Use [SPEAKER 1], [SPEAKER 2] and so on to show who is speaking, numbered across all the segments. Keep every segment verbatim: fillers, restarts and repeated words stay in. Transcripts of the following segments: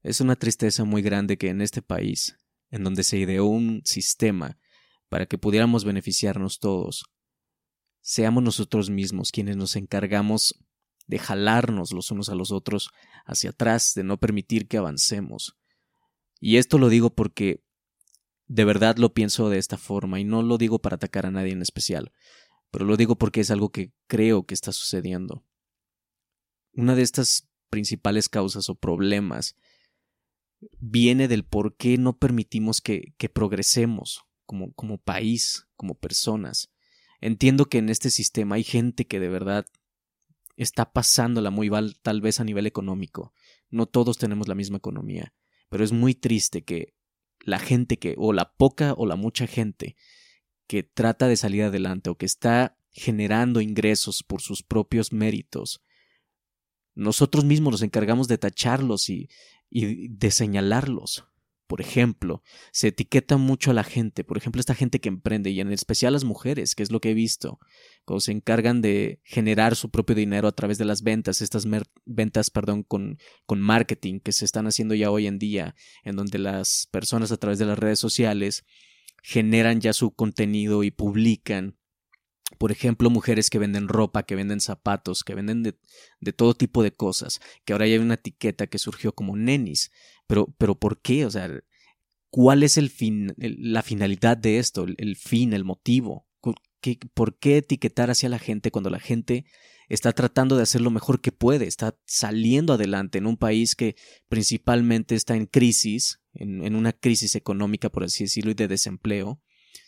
[SPEAKER 1] Es una tristeza muy grande que en este país, en donde se ideó un sistema para que pudiéramos beneficiarnos todos, seamos nosotros mismos quienes nos encargamos de jalarnos los unos a los otros hacia atrás, de no permitir que avancemos. Y esto lo digo porque de verdad lo pienso de esta forma, y no lo digo para atacar a nadie en especial, pero lo digo porque es algo que creo que está sucediendo. Una de estas principales causas o problemas viene del por qué no permitimos que, que progresemos como, como país, como personas. Entiendo que en este sistema hay gente que de verdad está pasándola muy mal, tal vez a nivel económico. No todos tenemos la misma economía, pero es muy triste que la gente que, o la poca o la mucha gente que trata de salir adelante o que está generando ingresos por sus propios méritos, nosotros mismos nos encargamos de tacharlos y, y de señalarlos. Por ejemplo, se etiqueta mucho a la gente, por ejemplo, esta gente que emprende, y en especial las mujeres, que es lo que he visto, cuando se encargan de generar su propio dinero a través de las ventas, estas mer- ventas, perdón, con, con marketing que se están haciendo ya hoy en día, en donde las personas a través de las redes sociales generan ya su contenido y publican. Por ejemplo, mujeres que venden ropa, que venden zapatos, que venden de, de todo tipo de cosas, que ahora ya hay una etiqueta que surgió como nenis. Pero, pero ¿por qué? O sea, ¿cuál es el fin, el, la finalidad de esto? El, el fin, el motivo. ¿Qué, ¿Por qué etiquetar hacia la gente cuando la gente está tratando de hacer lo mejor que puede? Está saliendo adelante en un país que principalmente está en crisis, en, en una crisis económica, por así decirlo, y de desempleo.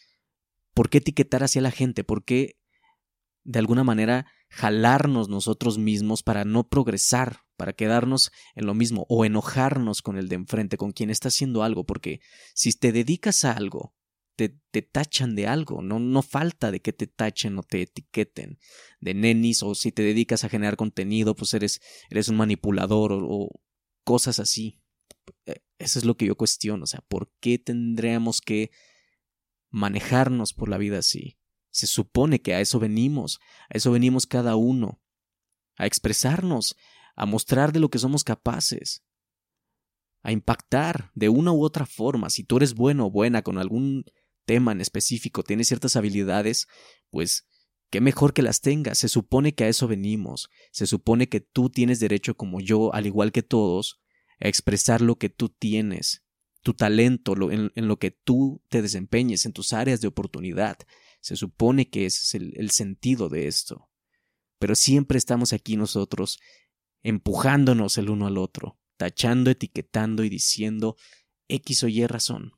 [SPEAKER 1] ¿Por qué etiquetar hacia la gente? ¿Por qué de alguna manera jalarnos nosotros mismos para no progresar, para quedarnos en lo mismo o enojarnos con el de enfrente, con quien está haciendo algo? Porque si te dedicas a algo, te, te tachan de algo, no, no falta de que te tachen o te etiqueten de nenis, o si te dedicas a generar contenido, pues eres, eres un manipulador o, o cosas así. Eso es lo que yo cuestiono, o sea, ¿por qué tendríamos que manejarnos por la vida así? Se supone que a eso venimos, a eso venimos cada uno, a expresarnos, a mostrar de lo que somos capaces, a impactar de una u otra forma. Si tú eres bueno o buena con algún tema en específico, tienes ciertas habilidades, pues qué mejor que las tengas. Se supone que a eso venimos, se supone que tú tienes derecho, como yo, al igual que todos, a expresar lo que tú tienes, tu talento, lo, en, en lo que tú te desempeñes, en tus áreas de oportunidad. Se supone que ese es el, el sentido de esto. Pero siempre estamos aquí nosotros empujándonos el uno al otro, tachando, etiquetando y diciendo X o Y razón,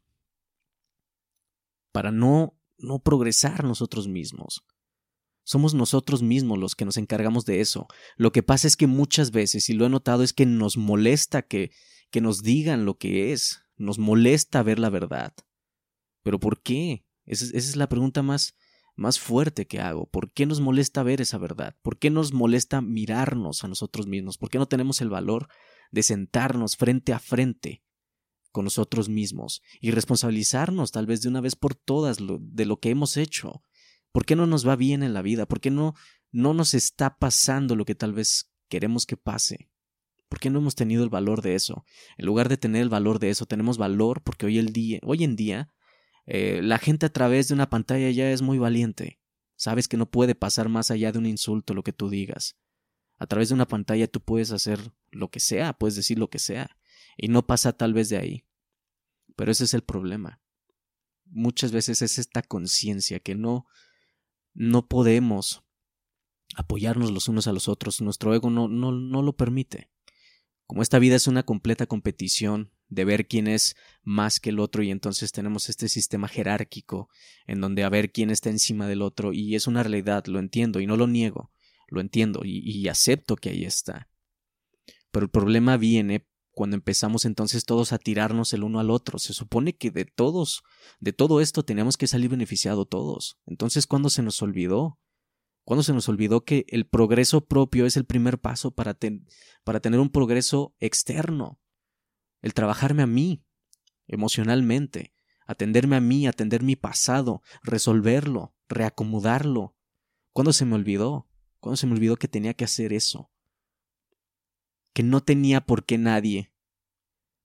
[SPEAKER 1] para no, no progresar nosotros mismos. Somos nosotros mismos los que nos encargamos de eso. Lo que pasa es que muchas veces, y lo he notado, es que nos molesta que, que nos digan lo que es, nos molesta ver la verdad. ¿Pero por qué? Esa es, esa es la pregunta más, más fuerte que hago. ¿Por qué nos molesta ver esa verdad? ¿Por qué nos molesta mirarnos a nosotros mismos? ¿Por qué no tenemos el valor de sentarnos frente a frente con nosotros mismos y responsabilizarnos tal vez de una vez por todas lo, de lo que hemos hecho? ¿Por qué no nos va bien en la vida? ¿Por qué no, no nos está pasando lo que tal vez queremos que pase? ¿Por qué no hemos tenido el valor de eso? En lugar de tener el valor de eso, tenemos valor porque hoy, el día, hoy en día eh, la gente a través de una pantalla ya es muy valiente. Sabes que no puede pasar más allá de un insulto lo que tú digas. A través de una pantalla tú puedes hacer lo que sea, puedes decir lo que sea, y no pasa tal vez de ahí. Pero ese es el problema. Muchas veces es esta conciencia que no, no podemos apoyarnos los unos a los otros. Nuestro ego no, no, no lo permite. Como esta vida es una completa competición de ver quién es más que el otro, y entonces tenemos este sistema jerárquico en donde a ver quién está encima del otro, y es una realidad, lo entiendo y no lo niego, lo entiendo y, y acepto que ahí está. Pero el problema viene cuando empezamos entonces todos a tirarnos el uno al otro. Se supone que de todos, de todo esto teníamos que salir beneficiados todos. Entonces, ¿cuándo se nos olvidó? ¿Cuándo se nos olvidó que el progreso propio es el primer paso para, ten, para tener un progreso externo? El trabajarme a mí, emocionalmente, atenderme a mí, atender mi pasado, resolverlo, reacomodarlo. ¿Cuándo se me olvidó? ¿Cuándo se me olvidó que tenía que hacer eso? Que no tenía por qué nadie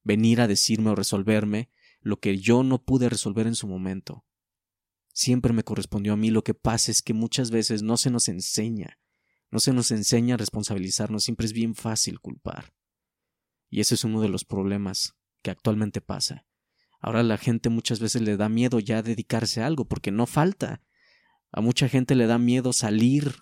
[SPEAKER 1] venir a decirme o resolverme lo que yo no pude resolver en su momento. Siempre me correspondió a mí. Lo que pasa es que muchas veces no se nos enseña, no se nos enseña a responsabilizarnos, siempre es bien fácil culpar. Y ese es uno de los problemas que actualmente pasa. Ahora la gente muchas veces le da miedo ya dedicarse a algo, porque no falta. A mucha gente le da miedo salir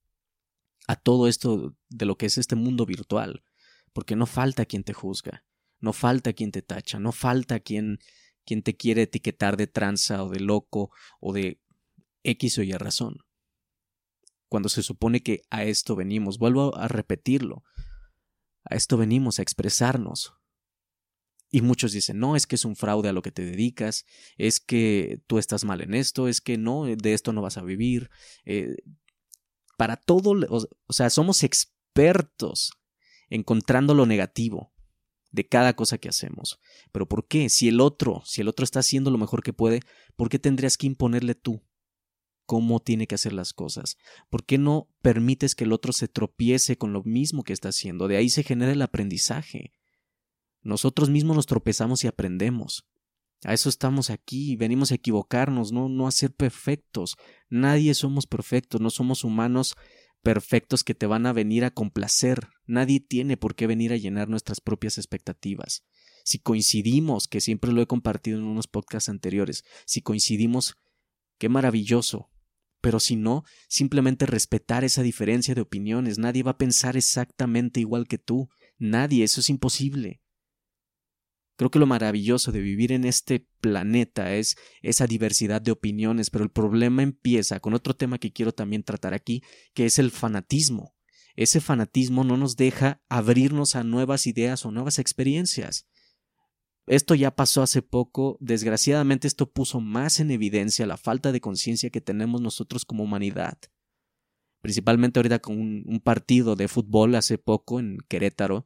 [SPEAKER 1] a todo esto de lo que es este mundo virtual, porque no falta quien te juzga, no falta quien te tacha, no falta quien, quien te quiere etiquetar de tranza o de loco o de X o Y razón. Cuando se supone que a esto venimos, vuelvo a repetirlo, a esto venimos a expresarnos. Y muchos dicen, no, es que es un fraude a lo que te dedicas, es que tú estás mal en esto, es que no, de esto no vas a vivir. Eh, para todo, o, o sea, somos expertos encontrando lo negativo de cada cosa que hacemos. ¿Pero por qué? Si el otro, si el otro está haciendo lo mejor que puede, ¿por qué tendrías que imponerle tú cómo tiene que hacer las cosas? ¿Por qué no permites que el otro se tropiece con lo mismo que está haciendo? De ahí se genera el aprendizaje. Nosotros mismos nos tropezamos y aprendemos. A eso estamos aquí, venimos a equivocarnos, no, no a ser perfectos. Nadie somos perfectos, no somos humanos perfectos que te van a venir a complacer. Nadie tiene por qué venir a llenar nuestras propias expectativas. Si coincidimos, que siempre lo he compartido en unos podcasts anteriores, si coincidimos, qué maravilloso. Pero si no, simplemente respetar esa diferencia de opiniones. Nadie va a pensar exactamente igual que tú. Nadie, eso es imposible. Creo que lo maravilloso de vivir en este planeta es esa diversidad de opiniones, pero el problema empieza con otro tema que quiero también tratar aquí, que es el fanatismo. Ese fanatismo no nos deja abrirnos a nuevas ideas o nuevas experiencias. Esto ya pasó hace poco, desgraciadamente esto puso más en evidencia la falta de conciencia que tenemos nosotros como humanidad. Principalmente ahorita con un, un partido de fútbol hace poco en Querétaro,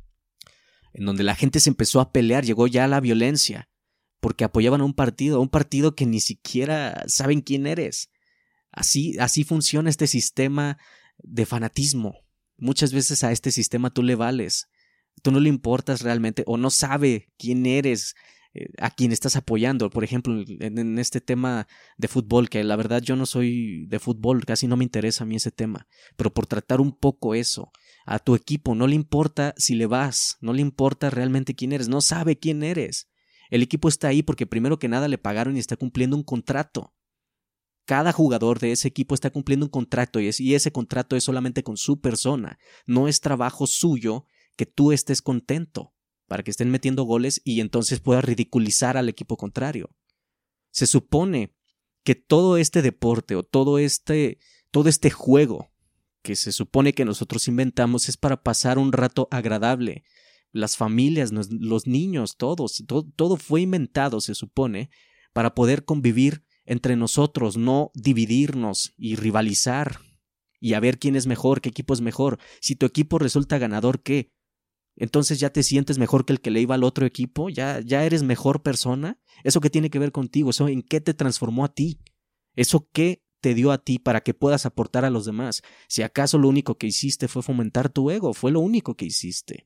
[SPEAKER 1] en donde la gente se empezó a pelear, llegó ya a la violencia, porque apoyaban a un partido, a un partido que ni siquiera saben quién eres. Así, así funciona este sistema de fanatismo. Muchas veces a este sistema tú le vales, tú no le importas realmente o no sabe quién eres, eh, a quien estás apoyando. Por ejemplo, en, en este tema de fútbol, que la verdad yo no soy de fútbol, casi no me interesa a mí ese tema, pero por tratar un poco eso, a tu equipo no le importa si le vas, no le importa realmente quién eres, no sabe quién eres. El equipo está ahí porque primero que nada le pagaron y está cumpliendo un contrato. Cada jugador de ese equipo está cumpliendo un contrato y, es, y ese contrato es solamente con su persona. No es trabajo suyo que tú estés contento para que estén metiendo goles y entonces puedas ridiculizar al equipo contrario. Se supone que todo este deporte o todo este, todo este juego que se supone que nosotros inventamos es para pasar un rato agradable. Las familias, los niños, todos, todo, todo fue inventado, se supone, para poder convivir entre nosotros, no dividirnos y rivalizar y a ver quién es mejor, qué equipo es mejor. Si tu equipo resulta ganador, ¿qué? Entonces ya te sientes mejor que el que le iba al otro equipo, ya, ya eres mejor persona. ¿Eso qué tiene que ver contigo? ¿Eso en qué te transformó a ti? ¿Eso qué te dio a ti para que puedas aportar a los demás? Si acaso lo único que hiciste fue fomentar tu ego, fue lo único que hiciste.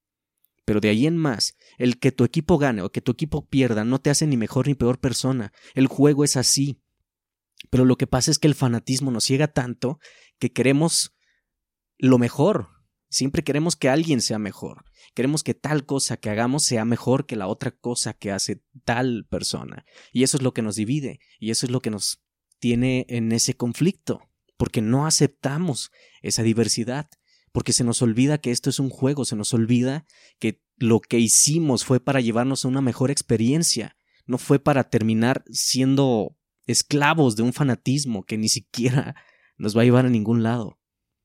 [SPEAKER 1] Pero de ahí en más, el que tu equipo gane o que tu equipo pierda no te hace ni mejor ni peor persona. El juego es así. Pero lo que pasa es que el fanatismo nos ciega tanto que queremos lo mejor. Siempre queremos que alguien sea mejor. Queremos que tal cosa que hagamos sea mejor que la otra cosa que hace tal persona. Y eso es lo que nos divide. Y eso es lo que nos tiene en ese conflicto, porque no aceptamos esa diversidad, porque se nos olvida que esto es un juego, se nos olvida que lo que hicimos fue para llevarnos a una mejor experiencia, no fue para terminar siendo esclavos de un fanatismo que ni siquiera nos va a llevar a ningún lado.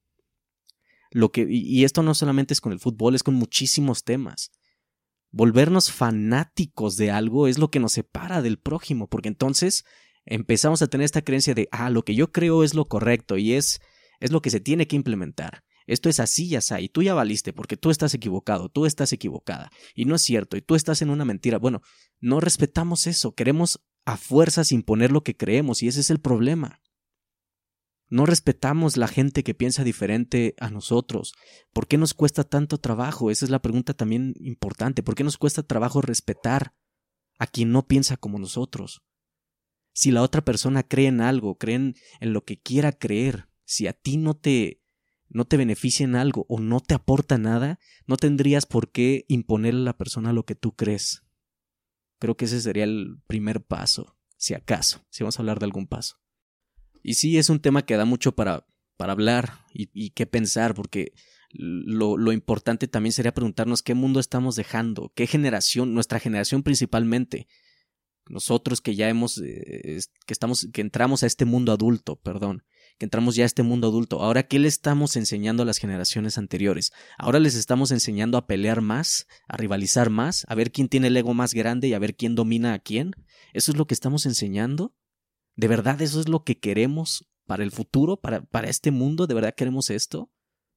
[SPEAKER 1] Lo que, y esto no solamente es con el fútbol, es con muchísimos temas. Volvernos fanáticos de algo es lo que nos separa del prójimo, porque entonces empezamos a tener esta creencia de, ah, lo que yo creo es lo correcto y es, es lo que se tiene que implementar. Esto es así, ya está, y tú ya valiste porque tú estás equivocado, tú estás equivocada, y no es cierto, y tú estás en una mentira. Bueno, no respetamos eso, queremos a fuerzas imponer lo que creemos, y ese es el problema. No respetamos la gente que piensa diferente a nosotros. ¿Por qué nos cuesta tanto trabajo? Esa es la pregunta también importante. ¿Por qué nos cuesta trabajo respetar a quien no piensa como nosotros? Si la otra persona cree en algo, cree en, en lo que quiera creer, si a ti no te, no te beneficia en algo o no te aporta nada, no tendrías por qué imponerle a la persona lo que tú crees. Creo que ese sería el primer paso, si acaso, si vamos a hablar de algún paso. Y sí, es un tema que da mucho para, para hablar y, y qué pensar, porque lo, lo importante también sería preguntarnos qué mundo estamos dejando, qué generación, nuestra generación principalmente, nosotros que ya hemos, eh, que estamos, que entramos a este mundo adulto, perdón, que entramos ya a este mundo adulto. Ahora, ¿qué le estamos enseñando a las generaciones anteriores? Ahora les estamos enseñando a pelear más, a rivalizar más, a ver quién tiene el ego más grande y a ver quién domina a quién. ¿Eso es lo que estamos enseñando? ¿De verdad eso es lo que queremos para el futuro, para, para este mundo? ¿De verdad queremos esto?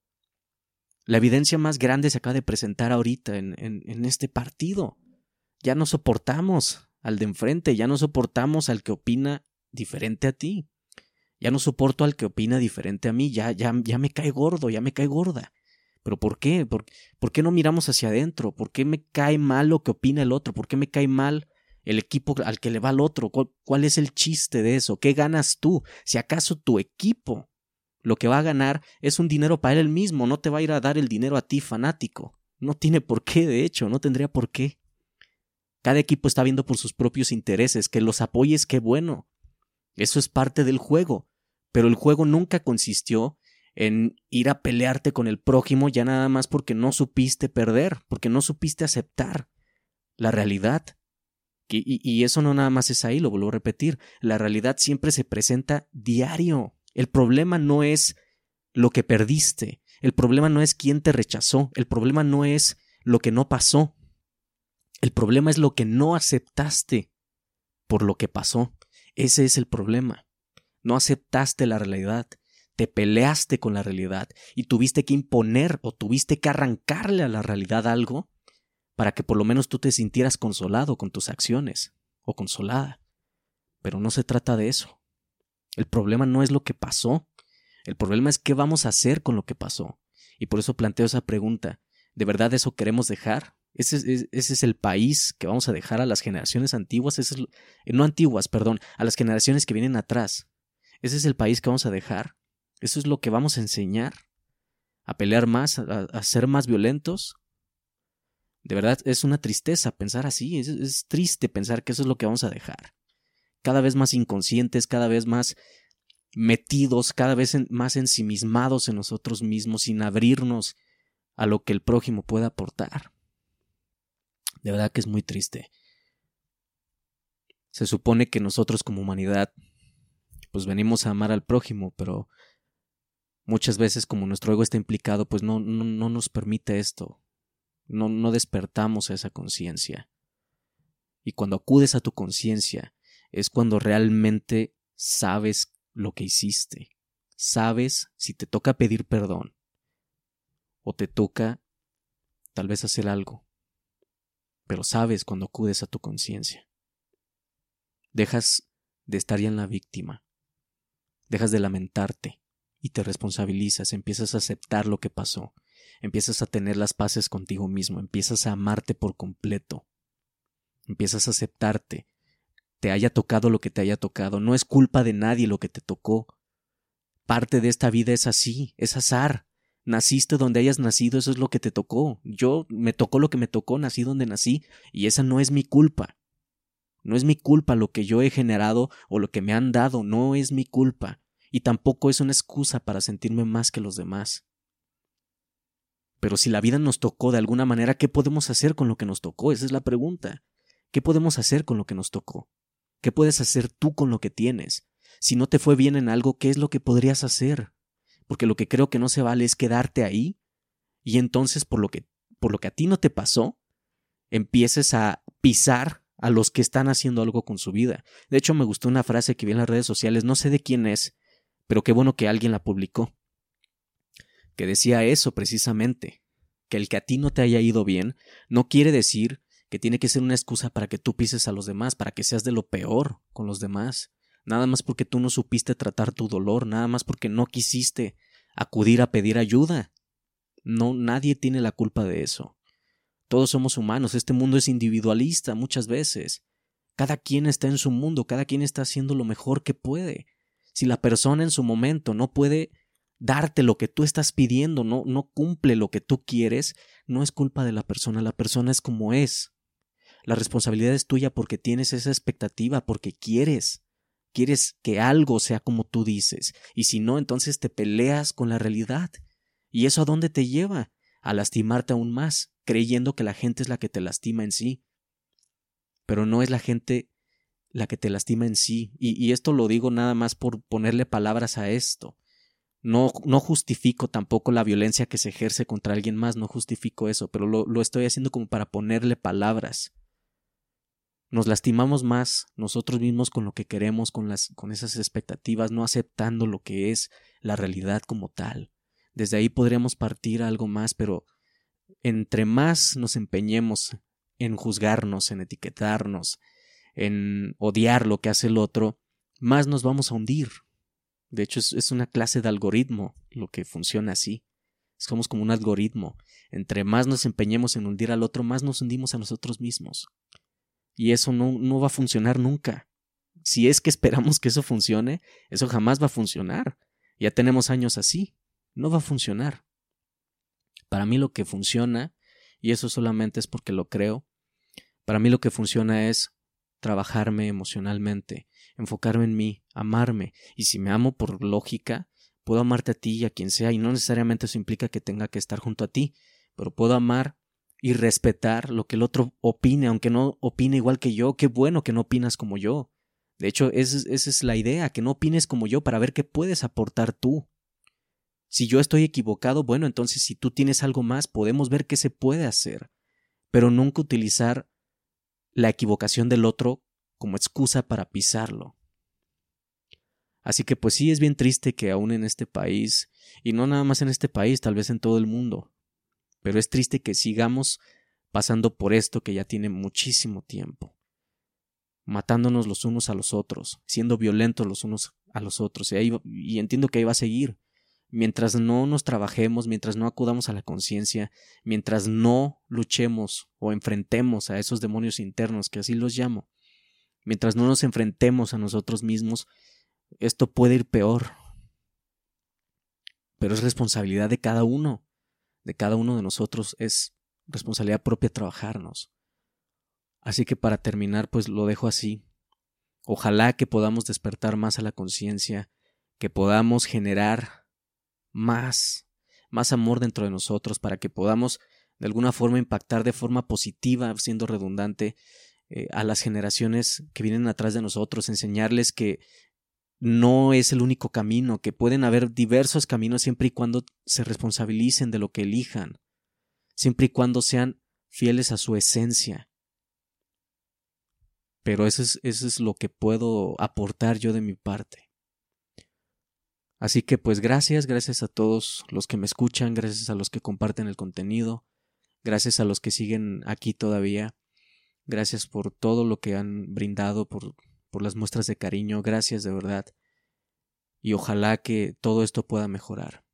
[SPEAKER 1] La evidencia más grande se acaba de presentar ahorita en, en, en este partido. Ya no soportamos al de enfrente, ya no soportamos al que opina diferente a ti. Ya no soporto al que opina diferente a mí, ya, ya, ya me cae gordo, ya me cae gorda. ¿Pero por qué? ¿Por, ¿Por qué no miramos hacia adentro? ¿Por qué me cae mal lo que opina el otro? ¿Por qué me cae mal el equipo al que le va al otro? ¿Cuál, cuál es el chiste de eso? ¿Qué ganas tú? Si acaso tu equipo lo que va a ganar es un dinero para él mismo, no te va a ir a dar el dinero a ti, fanático. No tiene por qué, de hecho, no tendría por qué. Cada equipo está viendo por sus propios intereses, que los apoyes, qué bueno. Eso es parte del juego, pero el juego nunca consistió en ir a pelearte con el prójimo ya nada más porque no supiste perder, porque no supiste aceptar la realidad. Y, y, y eso no nada más es ahí, lo vuelvo a repetir, la realidad siempre se presenta diario. El problema no es lo que perdiste, el problema no es quién te rechazó, el problema no es lo que no pasó, el problema es lo que no aceptaste por lo que pasó. Ese es el problema. No aceptaste la realidad, te peleaste con la realidad y tuviste que imponer o tuviste que arrancarle a la realidad algo para que por lo menos tú te sintieras consolado con tus acciones o consolada. Pero no se trata de eso. El problema no es lo que pasó, el problema es qué vamos a hacer con lo que pasó. Y por eso planteo esa pregunta. ¿De verdad eso queremos dejar? ¿Ese es, ese es el país que vamos a dejar a las generaciones antiguas? Ese es, no antiguas, perdón, a las generaciones que vienen atrás. ¿Ese es el país que vamos a dejar? ¿Eso es lo que vamos a enseñar? ¿A pelear más? ¿A, a ser más violentos? De verdad es una tristeza pensar así. Es, es triste pensar que eso es lo que vamos a dejar. Cada vez más inconscientes, cada vez más metidos, cada vez en, más ensimismados en nosotros mismos, sin abrirnos a lo que el prójimo pueda aportar. De verdad que es muy triste. Se supone que nosotros como humanidad pues venimos a amar al prójimo, pero muchas veces como nuestro ego está implicado, pues no, no, no nos permite esto. No, no despertamos a esa conciencia. Y cuando acudes a tu conciencia es cuando realmente sabes lo que hiciste. Sabes si te toca pedir perdón o te toca tal vez hacer algo. Pero sabes cuando acudes a tu conciencia. Dejas de estar ya en la víctima. Dejas de lamentarte y te responsabilizas, empiezas a aceptar lo que pasó. Empiezas a tener las paces contigo mismo, empiezas a amarte por completo. Empiezas a aceptarte. Te haya tocado lo que te haya tocado. No es culpa de nadie lo que te tocó. Parte de esta vida es así, es azar. Naciste donde hayas nacido, eso es lo que te tocó. Yo me tocó lo que me tocó, nací donde nací, y esa no es mi culpa. No es mi culpa lo que yo he generado o lo que me han dado, no es mi culpa. Y tampoco es una excusa para sentirme más que los demás. Pero si la vida nos tocó de alguna manera, ¿qué podemos hacer con lo que nos tocó? Esa es la pregunta. ¿Qué podemos hacer con lo que nos tocó? ¿Qué puedes hacer tú con lo que tienes? Si no te fue bien en algo, ¿qué es lo que podrías hacer? Porque lo que creo que no se vale es quedarte ahí y entonces por lo que, por lo que a ti no te pasó, empieces a pisar a los que están haciendo algo con su vida. De hecho, me gustó una frase que vi en las redes sociales, no sé de quién es, pero qué bueno que alguien la publicó, que decía eso precisamente, que el que a ti no te haya ido bien no quiere decir que tiene que ser una excusa para que tú pises a los demás, para que seas de lo peor con los demás. nada más porque tú no supiste tratar tu dolor, nada más porque no quisiste acudir a pedir ayuda. No, nadie tiene la culpa de eso. Todos somos humanos, este mundo es individualista muchas veces. Cada quien está en su mundo, cada quien está haciendo lo mejor que puede. Si la persona en su momento no puede darte lo que tú estás pidiendo, no, no cumple lo que tú quieres, no es culpa de la persona, la persona es como es. La responsabilidad es tuya porque tienes esa expectativa, porque quieres, quieres que algo sea como tú dices, y si no, entonces te peleas con la realidad. ¿Y eso a dónde te lleva? A lastimarte aún más, creyendo que la gente es la que te lastima en sí. Pero no es la gente la que te lastima en sí, y, y esto lo digo nada más por ponerle palabras a esto. No, no justifico tampoco la violencia que se ejerce contra alguien más, no justifico eso, pero lo, lo estoy haciendo como para ponerle palabras. Nos lastimamos más nosotros mismos con lo que queremos, con, las, con esas expectativas, no aceptando lo que es la realidad como tal. Desde ahí podríamos partir a algo más, pero entre más nos empeñemos en juzgarnos, en etiquetarnos, en odiar lo que hace el otro, más nos vamos a hundir. De hecho, es, es una clase de algoritmo lo que funciona así. Somos como un algoritmo. Entre más nos empeñemos en hundir al otro, más nos hundimos a nosotros mismos. Y eso no, no va a funcionar nunca. Si es que esperamos que eso funcione, eso jamás va a funcionar. Ya tenemos años así. No va a funcionar. Para mí lo que funciona, y eso solamente es porque lo creo, para mí lo que funciona es trabajarme emocionalmente, enfocarme en mí, amarme. Y si me amo por lógica, puedo amarte a ti y a quien sea, y no necesariamente eso implica que tenga que estar junto a ti, pero puedo amar y respetar lo que el otro opine, aunque no opine igual que yo. Qué bueno que no opinas como yo. De hecho, esa es, esa es la idea, que no opines como yo para ver qué puedes aportar tú. Si yo estoy equivocado, bueno, entonces si tú tienes algo más, podemos ver qué se puede hacer, pero nunca utilizar la equivocación del otro como excusa para pisarlo. Así que pues sí, es bien triste que aún en este país, y no nada más en este país, tal vez en todo el mundo, pero es triste que sigamos pasando por esto que ya tiene muchísimo tiempo, matándonos los unos a los otros, siendo violentos los unos a los otros, y, ahí, y entiendo que ahí va a seguir. Mientras no nos trabajemos, mientras no acudamos a la conciencia, mientras no luchemos o enfrentemos a esos demonios internos, que así los llamo, mientras no nos enfrentemos a nosotros mismos, esto puede ir peor. Pero es responsabilidad de cada uno, de cada uno de nosotros, es responsabilidad propia trabajarnos. Así que para terminar, pues lo dejo así. Ojalá que podamos despertar más a la conciencia, que podamos generar más, más amor dentro de nosotros para que podamos de alguna forma impactar de forma positiva, siendo redundante, eh, a las generaciones que vienen atrás de nosotros, enseñarles que no es el único camino, que pueden haber diversos caminos siempre y cuando se responsabilicen de lo que elijan, siempre y cuando sean fieles a su esencia. Pero eso es, eso es lo que puedo aportar yo de mi parte. Así que pues gracias, gracias a todos los que me escuchan, gracias a los que comparten el contenido, gracias a los que siguen aquí todavía, gracias por todo lo que han brindado, por, por las muestras de cariño, gracias de verdad, y ojalá que todo esto pueda mejorar.